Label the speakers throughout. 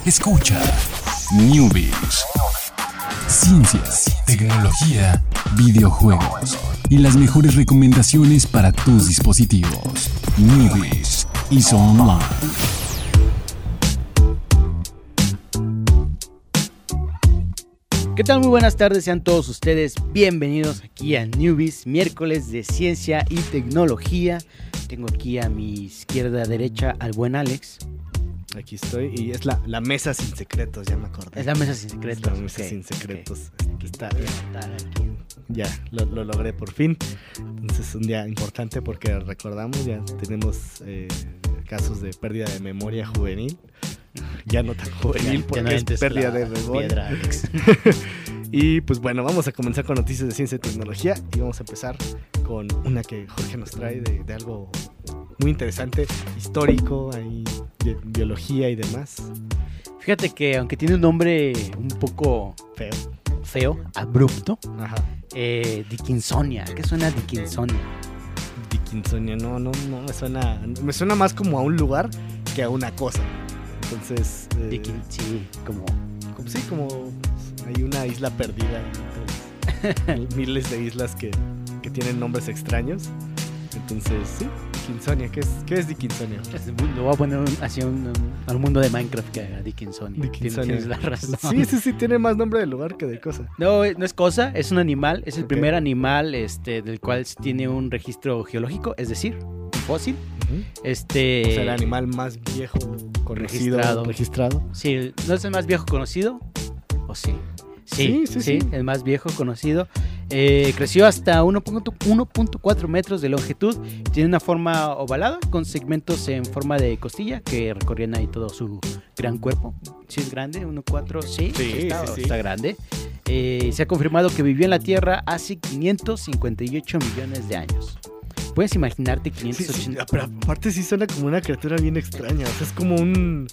Speaker 1: Escucha Newbies. Ciencias, tecnología, videojuegos y las mejores recomendaciones para tus dispositivos. Newbies is online.
Speaker 2: ¿Qué tal? Muy buenas tardes, sean todos ustedes bienvenidos aquí a Newbies, miércoles de ciencia y tecnología. Tengo aquí a mi izquierda derecha al buen Alex.
Speaker 3: Aquí estoy y es la mesa sin secretos, ya me acordé.
Speaker 2: Es la mesa sin secretos.
Speaker 3: Es la mesa sin secretos.
Speaker 2: Aquí está.
Speaker 3: Ya, lo logré por fin. Entonces es un día importante porque recordamos, ya tenemos casos de pérdida de memoria juvenil. Ya no tan juvenil porque es pérdida de memoria. Y pues bueno, vamos a comenzar con noticias de ciencia y tecnología y vamos a empezar con una que Jorge nos trae de algo muy interesante, histórico, ahí, de biología y demás.
Speaker 2: Fíjate que aunque tiene un nombre un poco feo, abrupto,
Speaker 3: ajá.
Speaker 2: Dickinsonia. ¿Qué suena Dickinsonia?
Speaker 3: Dickinsonia, no me suena más como a un lugar que a una cosa. Entonces,
Speaker 2: sí, como
Speaker 3: hay una isla perdida entre miles de islas que tienen nombres extraños. Entonces, sí, Dickinsonia. ¿Qué es Dickinsonia?
Speaker 2: Lo voy a poner al mundo de Minecraft que haga Dickinsonia. Tienes la razón.
Speaker 3: Sí, tiene más nombre de lugar que de cosa.
Speaker 2: No es cosa, es un animal, es el primer animal del cual tiene un registro geológico, es decir, un fósil.
Speaker 3: Uh-huh. O sea, el animal más viejo conocido, registrado.
Speaker 2: Sí, ¿no es el más viejo conocido? ¿O sí? Sí, el más viejo conocido. Creció hasta 1.4 metros de longitud. Tiene una forma ovalada con segmentos en forma de costilla que recorrían ahí todo su gran cuerpo. Sí, es grande, 1.4, sí, está grande. Se ha confirmado que vivió en la Tierra hace 558 millones de años. Puedes imaginarte 580.
Speaker 3: Sí, pero aparte sí suena como una criatura bien extraña. O sea, es como un...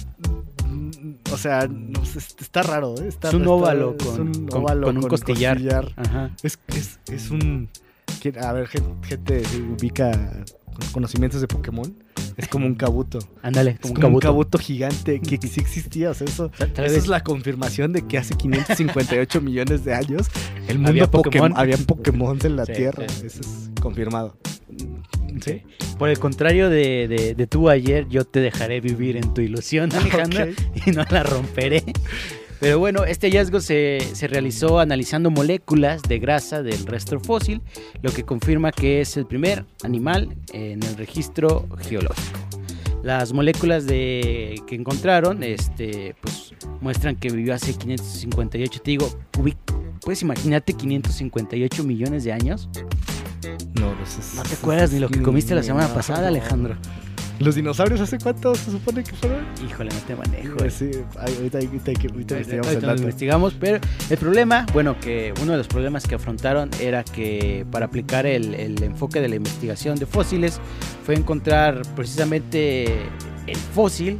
Speaker 3: O sea, no sé, está raro, ¿eh?
Speaker 2: Es un óvalo con un costillar. Ajá.
Speaker 3: Es un... A ver, gente se ubica con conocimientos de Pokémon. Es como un kabuto.
Speaker 2: Ándale,
Speaker 3: como un kabuto gigante que sí existía. O sea, eso es la confirmación de que hace 558 millones de años el mundo había Pokémon en la Tierra. Sí. Eso es confirmado. ¿Sí?
Speaker 2: Por el contrario de tú ayer, yo te dejaré vivir en tu ilusión, Alejandra, y no la romperé. Pero bueno, este hallazgo se realizó analizando moléculas de grasa del rastro fósil, lo que confirma que es el primer animal en el registro geológico. Las moléculas que encontraron pues, muestran que vivió hace 558, te digo, ¿puedes imaginarte 558 millones de años? No te acuerdas ni lo que comiste la semana pasada, Alejandro.
Speaker 3: ¿Los dinosaurios hace cuánto se supone que fueron?
Speaker 2: Híjole, no te manejo.
Speaker 3: Sí, ahorita
Speaker 2: investigamos, pero el problema, que uno de los problemas que afrontaron era que para aplicar el enfoque de la investigación de fósiles fue encontrar precisamente el fósil,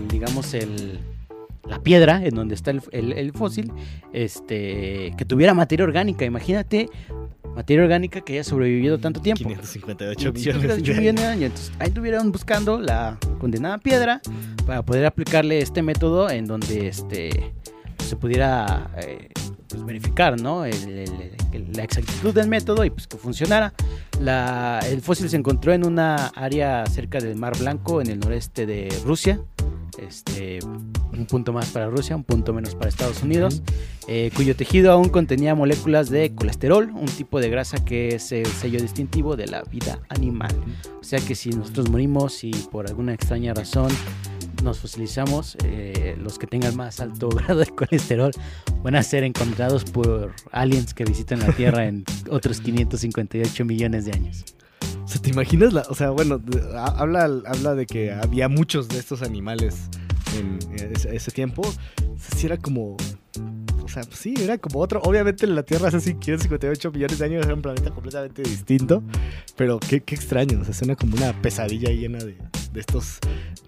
Speaker 2: la piedra en donde está el fósil, que tuviera materia orgánica. Imagínate, materia orgánica que haya sobrevivido tanto tiempo.
Speaker 3: 558
Speaker 2: millones de años. Entonces, ahí estuvieron buscando la condenada piedra para poder aplicarle este método en donde se pudiera pues verificar, ¿no? La exactitud del método y pues que funcionara. El fósil se encontró en una área cerca del Mar Blanco, en el noreste de Rusia. Un punto más para Rusia, un punto menos para Estados Unidos, cuyo tejido aún contenía moléculas de colesterol, un tipo de grasa que es el sello distintivo de la vida animal. O sea que si nosotros morimos y por alguna extraña razón nos fosilizamos, los que tengan más alto grado de colesterol van a ser encontrados por aliens que visitan la Tierra en otros 558 millones de años.
Speaker 3: O sea, ¿te imaginas? Habla de que había muchos de estos animales en ese tiempo. O sea, sí era como... O sea, sí, era como otro... Obviamente la Tierra hace 558 millones de años era un planeta completamente distinto. Pero qué extraño. O sea, suena como una pesadilla llena de estos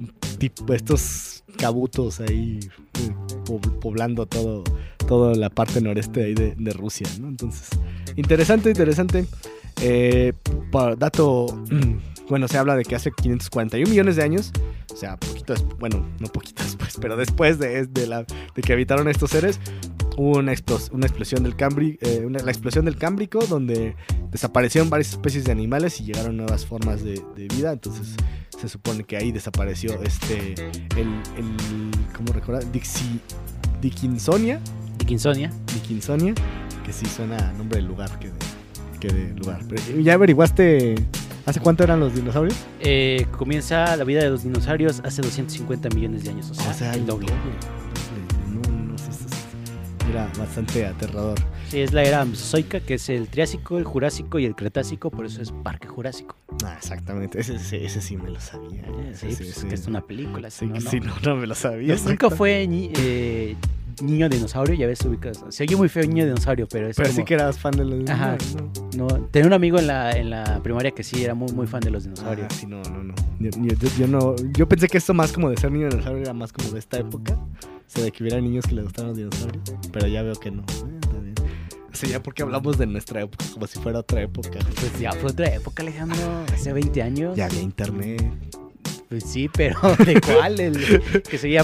Speaker 3: kabutos ahí poblando toda la parte noreste ahí de Rusia, ¿no? Entonces, interesante. Dato bueno, se habla de que hace 541 millones de años, o sea, poquito después, bueno, no poquito después, pero después de que habitaron estos seres, hubo una explosión del la explosión del Cámbrico, donde desaparecieron varias especies de animales y llegaron nuevas formas de vida. Entonces se supone que ahí desapareció ¿cómo recordar? Dickinsonia, que sí suena a nombre del lugar que de lugar. Pero, ¿ya averiguaste hace cuánto eran los dinosaurios?
Speaker 2: Comienza la vida de los dinosaurios hace 250 millones de años, o sea el doble.
Speaker 3: No, era bastante aterrador.
Speaker 2: Sí, es la era mesozoica, que es el Triásico, el Jurásico y el Cretácico, por eso es Parque Jurásico.
Speaker 3: Exactamente, ese sí me lo sabía.
Speaker 2: Sí, que es una película.
Speaker 3: Sí, no me lo sabía.
Speaker 2: Nunca fue niño dinosaurio, ya ves, ubicas. Se oye muy feo niño dinosaurio, pero es
Speaker 3: pero
Speaker 2: como...
Speaker 3: sí que eras fan de los dinosaurios.
Speaker 2: No, tenía un amigo en la primaria que sí era muy, muy fan de los dinosaurios.
Speaker 3: Sí, no. Yo pensé que esto más como de ser niño dinosaurio era más como de esta época. O sea, de que hubiera niños que les gustaran los dinosaurios. Pero ya veo que no. Está bien. O sea, ya porque hablamos de nuestra época como si fuera otra época.
Speaker 2: Pues ya fue otra época, Alejandro. Hace 20 años.
Speaker 3: Ya había internet.
Speaker 2: Pues sí, pero ¿de cuál? El que seguía...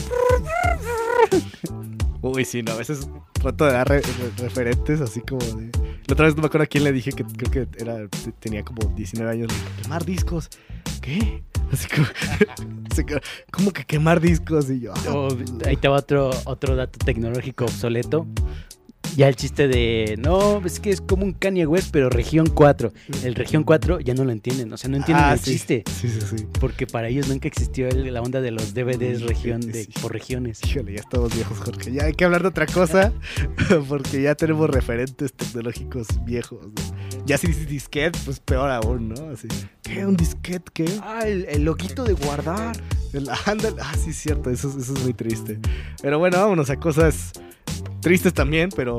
Speaker 3: Uy, sí, no, a veces trato de dar referentes así como de... La otra vez no me acuerdo a quién le dije que creo que tenía como 19 años. Quemar discos. ¿Qué? Así como... ¿Cómo que quemar discos? Y yo...
Speaker 2: Ahí te va otro dato tecnológico obsoleto. Ya el chiste de... No, es que es como un Kanye West, pero región 4. El región 4 ya no lo entienden. O sea, no entienden el chiste.
Speaker 3: Sí.
Speaker 2: Porque para ellos nunca existió la onda de los DVDs por regiones.
Speaker 3: Híjole, ya estamos viejos, Jorge. Ya hay que hablar de otra cosa. Porque ya tenemos referentes tecnológicos viejos, ¿no? Ya si dices disquete, pues peor aún, ¿no? Así, ¿qué? ¿Un disquete? ¿Qué?
Speaker 2: El loguito de guardar.
Speaker 3: Sí, es cierto. Eso es muy triste. Pero bueno, vámonos a cosas... tristes también, pero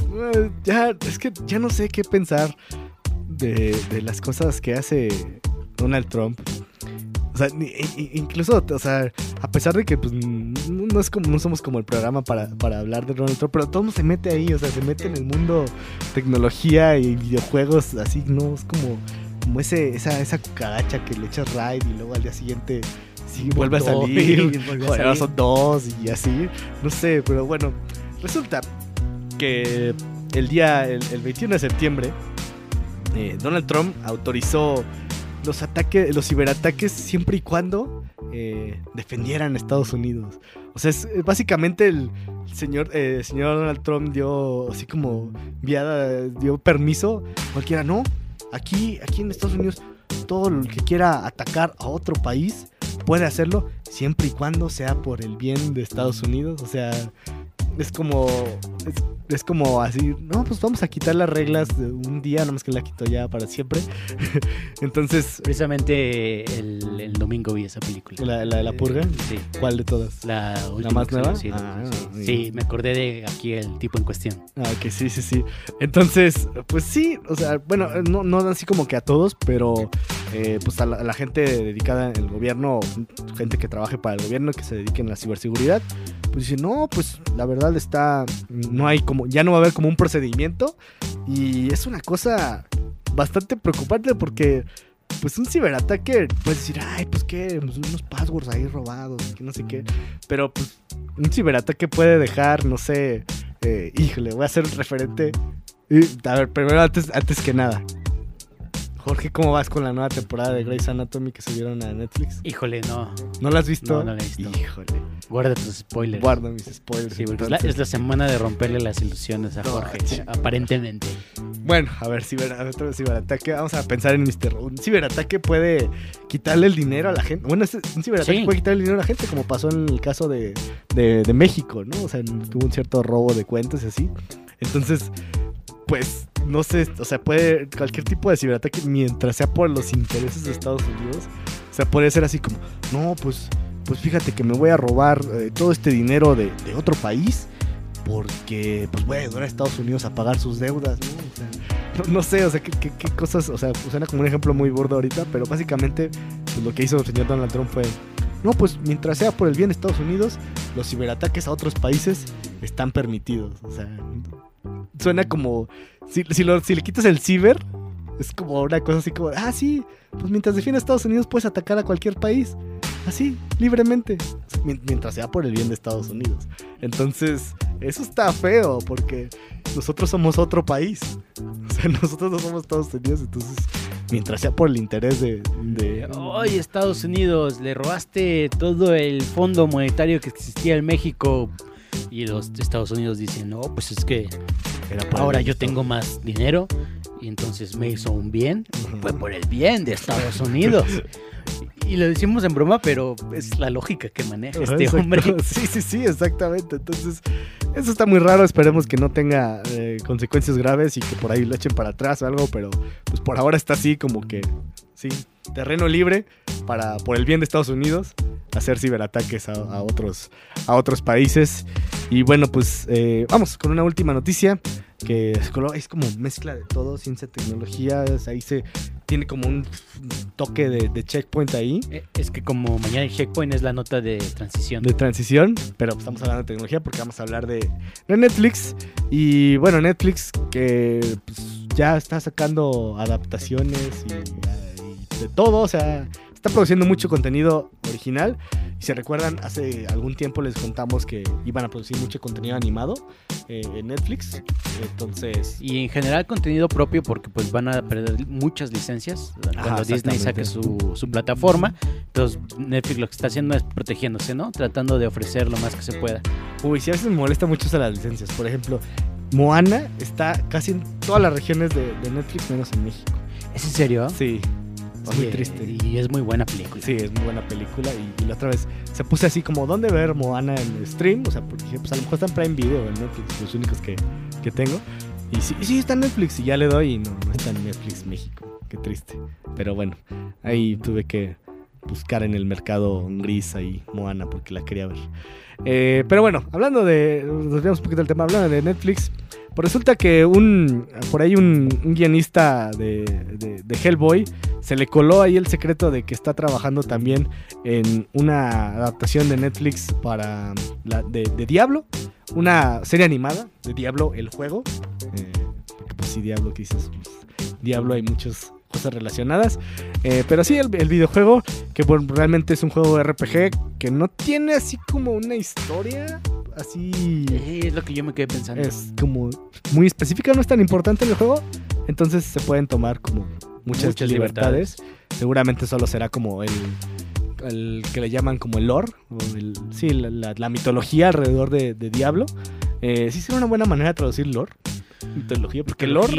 Speaker 3: es que ya no sé qué pensar de las cosas que hace Donald Trump. O sea, incluso, o sea, a pesar de que pues, no somos como el programa para hablar de Donald Trump, pero todo mundo se mete ahí, o sea, se mete en el mundo tecnología y videojuegos, así, ¿no? Es como esa cucaracha que le echas raid y luego al día siguiente sí, vuelve a salir. Ahora son dos y así, no sé, pero bueno. Resulta que el 21 de septiembre Donald Trump autorizó los ciberataques siempre y cuando defendieran a Estados Unidos. O sea, básicamente el señor Donald Trump dio así como dio permiso a cualquiera. No, aquí en Estados Unidos todo el que quiera atacar a otro país puede hacerlo siempre y cuando sea por el bien de Estados Unidos. O sea, es como así, no, pues vamos a quitar las reglas de un día, nada más que la quito ya para siempre. Entonces...
Speaker 2: Precisamente el domingo vi esa película.
Speaker 3: ¿La de la purga?
Speaker 2: Sí.
Speaker 3: ¿Cuál de todas?
Speaker 2: ¿La
Speaker 3: más nueva?
Speaker 2: Sí, sí, me acordé de aquí el tipo en cuestión.
Speaker 3: Que sí. Entonces, pues sí, o sea, bueno, no así como que a todos, pero pues a la gente dedicada en el gobierno, gente que trabaje para el gobierno, que se dedique en la ciberseguridad, pues dice, no, pues la verdad ya no va a haber como un procedimiento, y es una cosa bastante preocupante porque pues un ciberataque puedes decir, ay, pues qué, pues unos passwords ahí robados, que no sé qué, pero pues un ciberataque puede dejar, no sé, híjole, voy a hacer un referente. A ver, primero antes que nada, Jorge, ¿cómo vas con la nueva temporada de Grey's Anatomy que subieron a Netflix?
Speaker 2: Híjole, no.
Speaker 3: ¿No la has visto?
Speaker 2: No la he visto.
Speaker 3: Híjole.
Speaker 2: Guarda tus spoilers.
Speaker 3: Guarda mis spoilers.
Speaker 2: Sí, porque es la semana de romperle las ilusiones a Jorge, aparentemente.
Speaker 3: Bueno, a ver, otro ciberataque. Vamos a pensar en un ciberataque puede quitarle el dinero a la gente. Bueno, un ciberataque puede quitarle el dinero a la gente, como pasó en el caso de México, ¿no? O sea, hubo un cierto robo de cuentas y así. Entonces, pues, no sé, o sea, puede cualquier tipo de ciberataque mientras sea por los intereses de Estados Unidos. O sea, puede ser así como, no, pues fíjate que me voy a robar todo este dinero de otro país porque pues voy a ayudar a Estados Unidos a pagar sus deudas, ¿no? O sea, no sé, o sea, qué cosas, o sea, suena como un ejemplo muy burdo ahorita, pero básicamente pues, lo que hizo el señor Donald Trump fue, no, pues mientras sea por el bien de Estados Unidos, los ciberataques a otros países están permitidos. O sea, suena como, si le quitas el ciber, Es como una cosa así como, sí, pues mientras defiendas a Estados Unidos puedes atacar a cualquier país. Así, libremente. Mientras sea por el bien de Estados Unidos. Entonces, eso está feo porque nosotros somos otro país. O sea, nosotros no somos Estados Unidos, entonces, mientras sea por el interés de...
Speaker 2: Oye, Estados Unidos, le robaste todo el fondo monetario que existía en México. Y los Estados Unidos dicen, no, pues es que ahora yo tengo más dinero y entonces me hizo un bien. Fue por el bien de Estados Unidos. Y lo decimos en broma, pero es la lógica que maneja este hombre.
Speaker 3: Sí, exactamente. Entonces, eso está muy raro. Esperemos que no tenga consecuencias graves y que por ahí lo echen para atrás o algo. Pero pues por ahora está así como que, sí, terreno libre por el bien de Estados Unidos, hacer ciberataques a otros países. Y bueno, pues vamos con una última noticia que es como mezcla de todo, ciencia, tecnología. Ahí tiene como un toque de checkpoint ahí.
Speaker 2: Es que como mañana el checkpoint es la nota de transición.
Speaker 3: Pero estamos hablando de tecnología porque vamos a hablar de Netflix. Y bueno, Netflix que pues, ya está sacando adaptaciones y de todo, o sea, está produciendo mucho contenido original. Y si recuerdan, hace algún tiempo les contamos que iban a producir mucho contenido animado en Netflix. Entonces...
Speaker 2: Y en general contenido propio porque pues van a perder muchas licencias cuando Disney saque su plataforma. Entonces Netflix lo que está haciendo es protegiéndose, ¿no? Tratando de ofrecer lo más que se pueda.
Speaker 3: Uy, sí, a veces me molesta mucho eso de las licencias. Por ejemplo, Moana está casi en todas las regiones de Netflix menos en México.
Speaker 2: ¿Es en serio?
Speaker 3: Sí. Es muy triste.
Speaker 2: Y es muy buena película.
Speaker 3: Sí, es muy buena película. Y la otra vez se puse así como, ¿dónde ver Moana en stream? O sea, porque dije, pues a lo mejor está en Prime Video o en Netflix, los únicos que tengo. Y sí, está en Netflix. Y ya le doy y no está en Netflix México. Qué triste. Pero bueno, ahí tuve que buscar en el mercado gris ahí Moana porque la quería ver. Pero bueno, hablando nos olvidamos un poquito del tema, hablando de Netflix. Pues resulta que por ahí un guionista de Hellboy se le coló ahí el secreto de que está trabajando también en una adaptación de Netflix para de Diablo, una serie animada de Diablo el juego. Porque pues sí, Diablo, ¿qué dices? Pues, Diablo hay muchas cosas relacionadas. Pero sí, el videojuego, que bueno, realmente es un juego de RPG que no tiene así como una historia... Así
Speaker 2: es lo que yo me quedé pensando.
Speaker 3: Es como muy específica, no es tan importante en el juego. Entonces se pueden tomar como muchas libertades. Seguramente solo será como el que le llaman como el lore, o la mitología alrededor de Diablo. Sí sería una buena manera de traducir lore, mitología, porque lore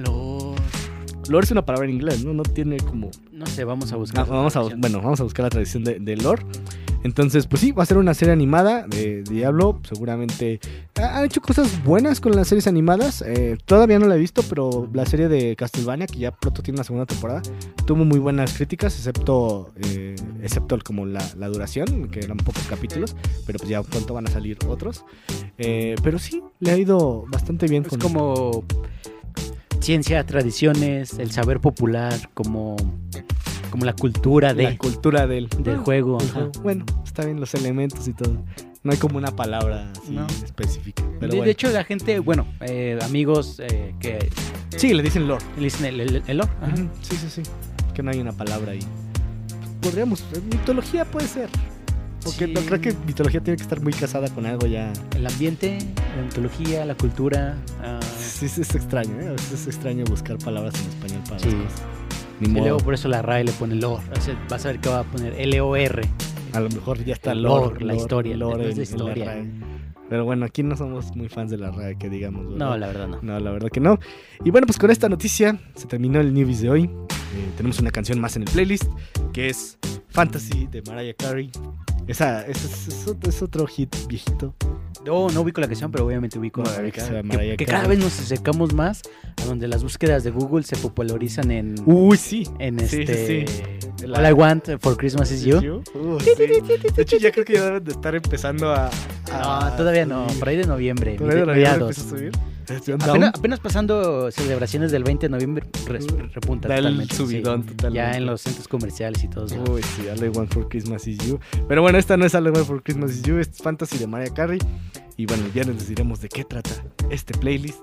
Speaker 3: es una palabra en inglés, ¿no? No tiene como...
Speaker 2: No sé, vamos a buscar.
Speaker 3: Vamos a buscar la traducción de lore. Entonces, pues sí, va a ser una serie animada de Diablo. Seguramente han hecho cosas buenas con las series animadas. Todavía no la he visto, pero la serie de Castlevania, que ya pronto tiene una segunda temporada, tuvo muy buenas críticas, excepto como la duración, que eran pocos capítulos. Pero pues ya pronto van a salir otros. Pero sí, le ha ido bastante bien.
Speaker 2: Es como ciencia, tradiciones, el saber popular, como la cultura del juego.
Speaker 3: Bueno, está bien los elementos y todo. No hay como una palabra así específica. Pero
Speaker 2: de hecho, la gente, amigos que...
Speaker 3: Sí, le dicen lore.
Speaker 2: Le dicen el lore. Ajá.
Speaker 3: Sí. Que no hay una palabra ahí. Podríamos... mitología puede ser. Porque no creo que mitología tiene que estar muy casada con algo ya...
Speaker 2: El ambiente, la mitología, la cultura...
Speaker 3: Sí, es extraño, ¿eh? A veces es extraño buscar palabras en español para las cosas.
Speaker 2: Y luego por eso la RAE le pone lore. O sea, vas a ver que va a poner LOR.
Speaker 3: A lo mejor ya está
Speaker 2: lore, la historia.
Speaker 3: Lore en la RAE. Pero bueno, aquí no somos muy fans de la RAE, que digamos, ¿verdad?
Speaker 2: No, la verdad no.
Speaker 3: No, la verdad que no. Y bueno, pues con esta noticia se terminó el Newbies de hoy. Tenemos una canción más en el playlist, que es Fantasy de Mariah Carey. Esa es otro hit viejito.
Speaker 2: No ubico la canción, pero obviamente ubico que cada vez nos acercamos más a donde las búsquedas de Google se popularizan en...
Speaker 3: Uy, sí.
Speaker 2: En sí. All I Want for Christmas is You.
Speaker 3: Sí. De hecho, ya creo que ya deben de estar empezando a...
Speaker 2: No, todavía no. Por ahí de noviembre.
Speaker 3: Mediados. Empieza a subir.
Speaker 2: Apenas pasando celebraciones del 20 de noviembre repunta totalmente.
Speaker 3: Subidón, totalmente.
Speaker 2: Ya en los centros comerciales y todo eso.
Speaker 3: Uy, sí, All I Want for Christmas is You. Pero bueno, esta no es All I Want for Christmas is You, es Fantasy de Mariah Carey. Y bueno, el viernes les diremos de qué trata este playlist.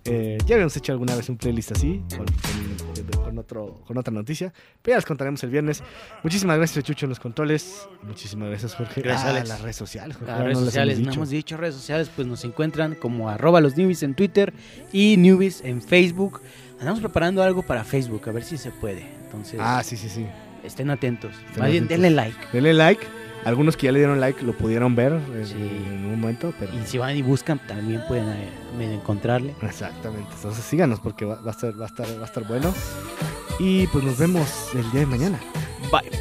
Speaker 3: Ya habíamos hecho alguna vez un playlist así, con otra noticia, pero ya les contaremos el viernes. Muchísimas gracias, Chucho, en los controles. Muchísimas gracias, Jorge.
Speaker 2: Gracias, Alex.
Speaker 3: Las redes sociales, Jorge.
Speaker 2: Las redes sociales, no hemos dicho redes sociales, pues nos encuentran como @losnewbies en Twitter y Newbies en Facebook. Andamos preparando algo para Facebook, a ver si se puede. Entonces,
Speaker 3: Sí.
Speaker 2: estén atentos. Más bien, denle like.
Speaker 3: Denle like. Algunos que ya le dieron like lo pudieron ver
Speaker 2: Sí.
Speaker 3: en un momento, pero...
Speaker 2: Y si van y buscan, también pueden medio encontrarle.
Speaker 3: Exactamente. Entonces síganos porque va a estar bueno. Y pues nos vemos el día de mañana.
Speaker 2: Bye.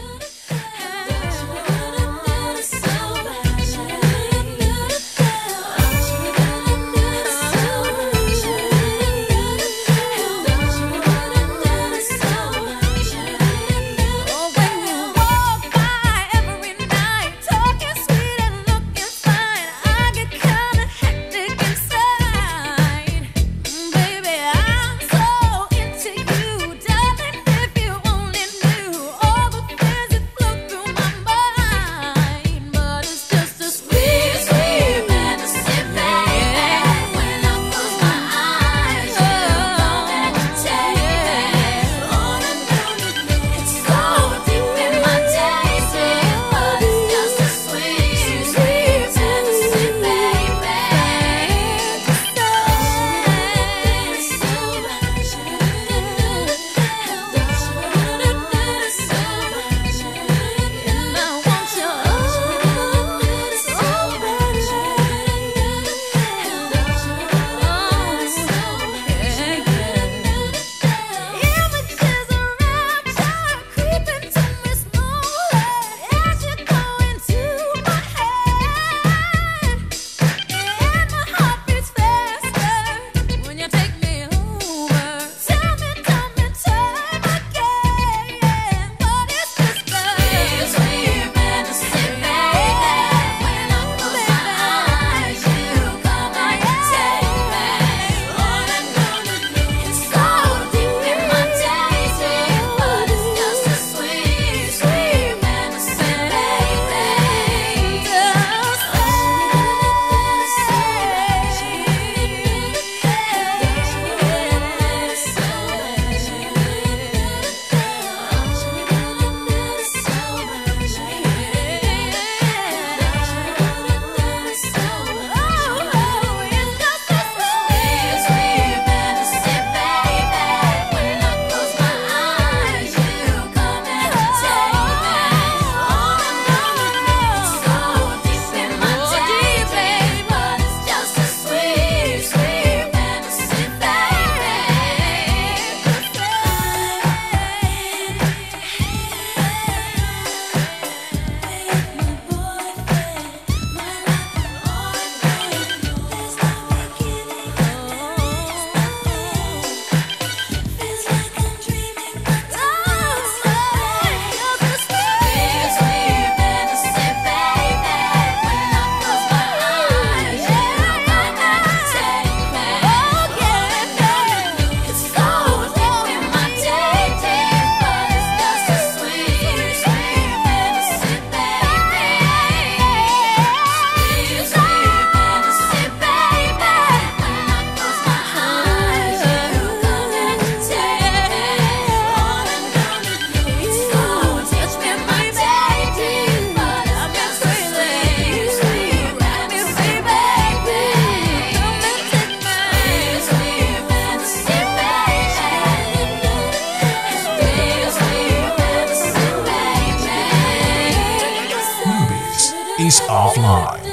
Speaker 1: Is offline.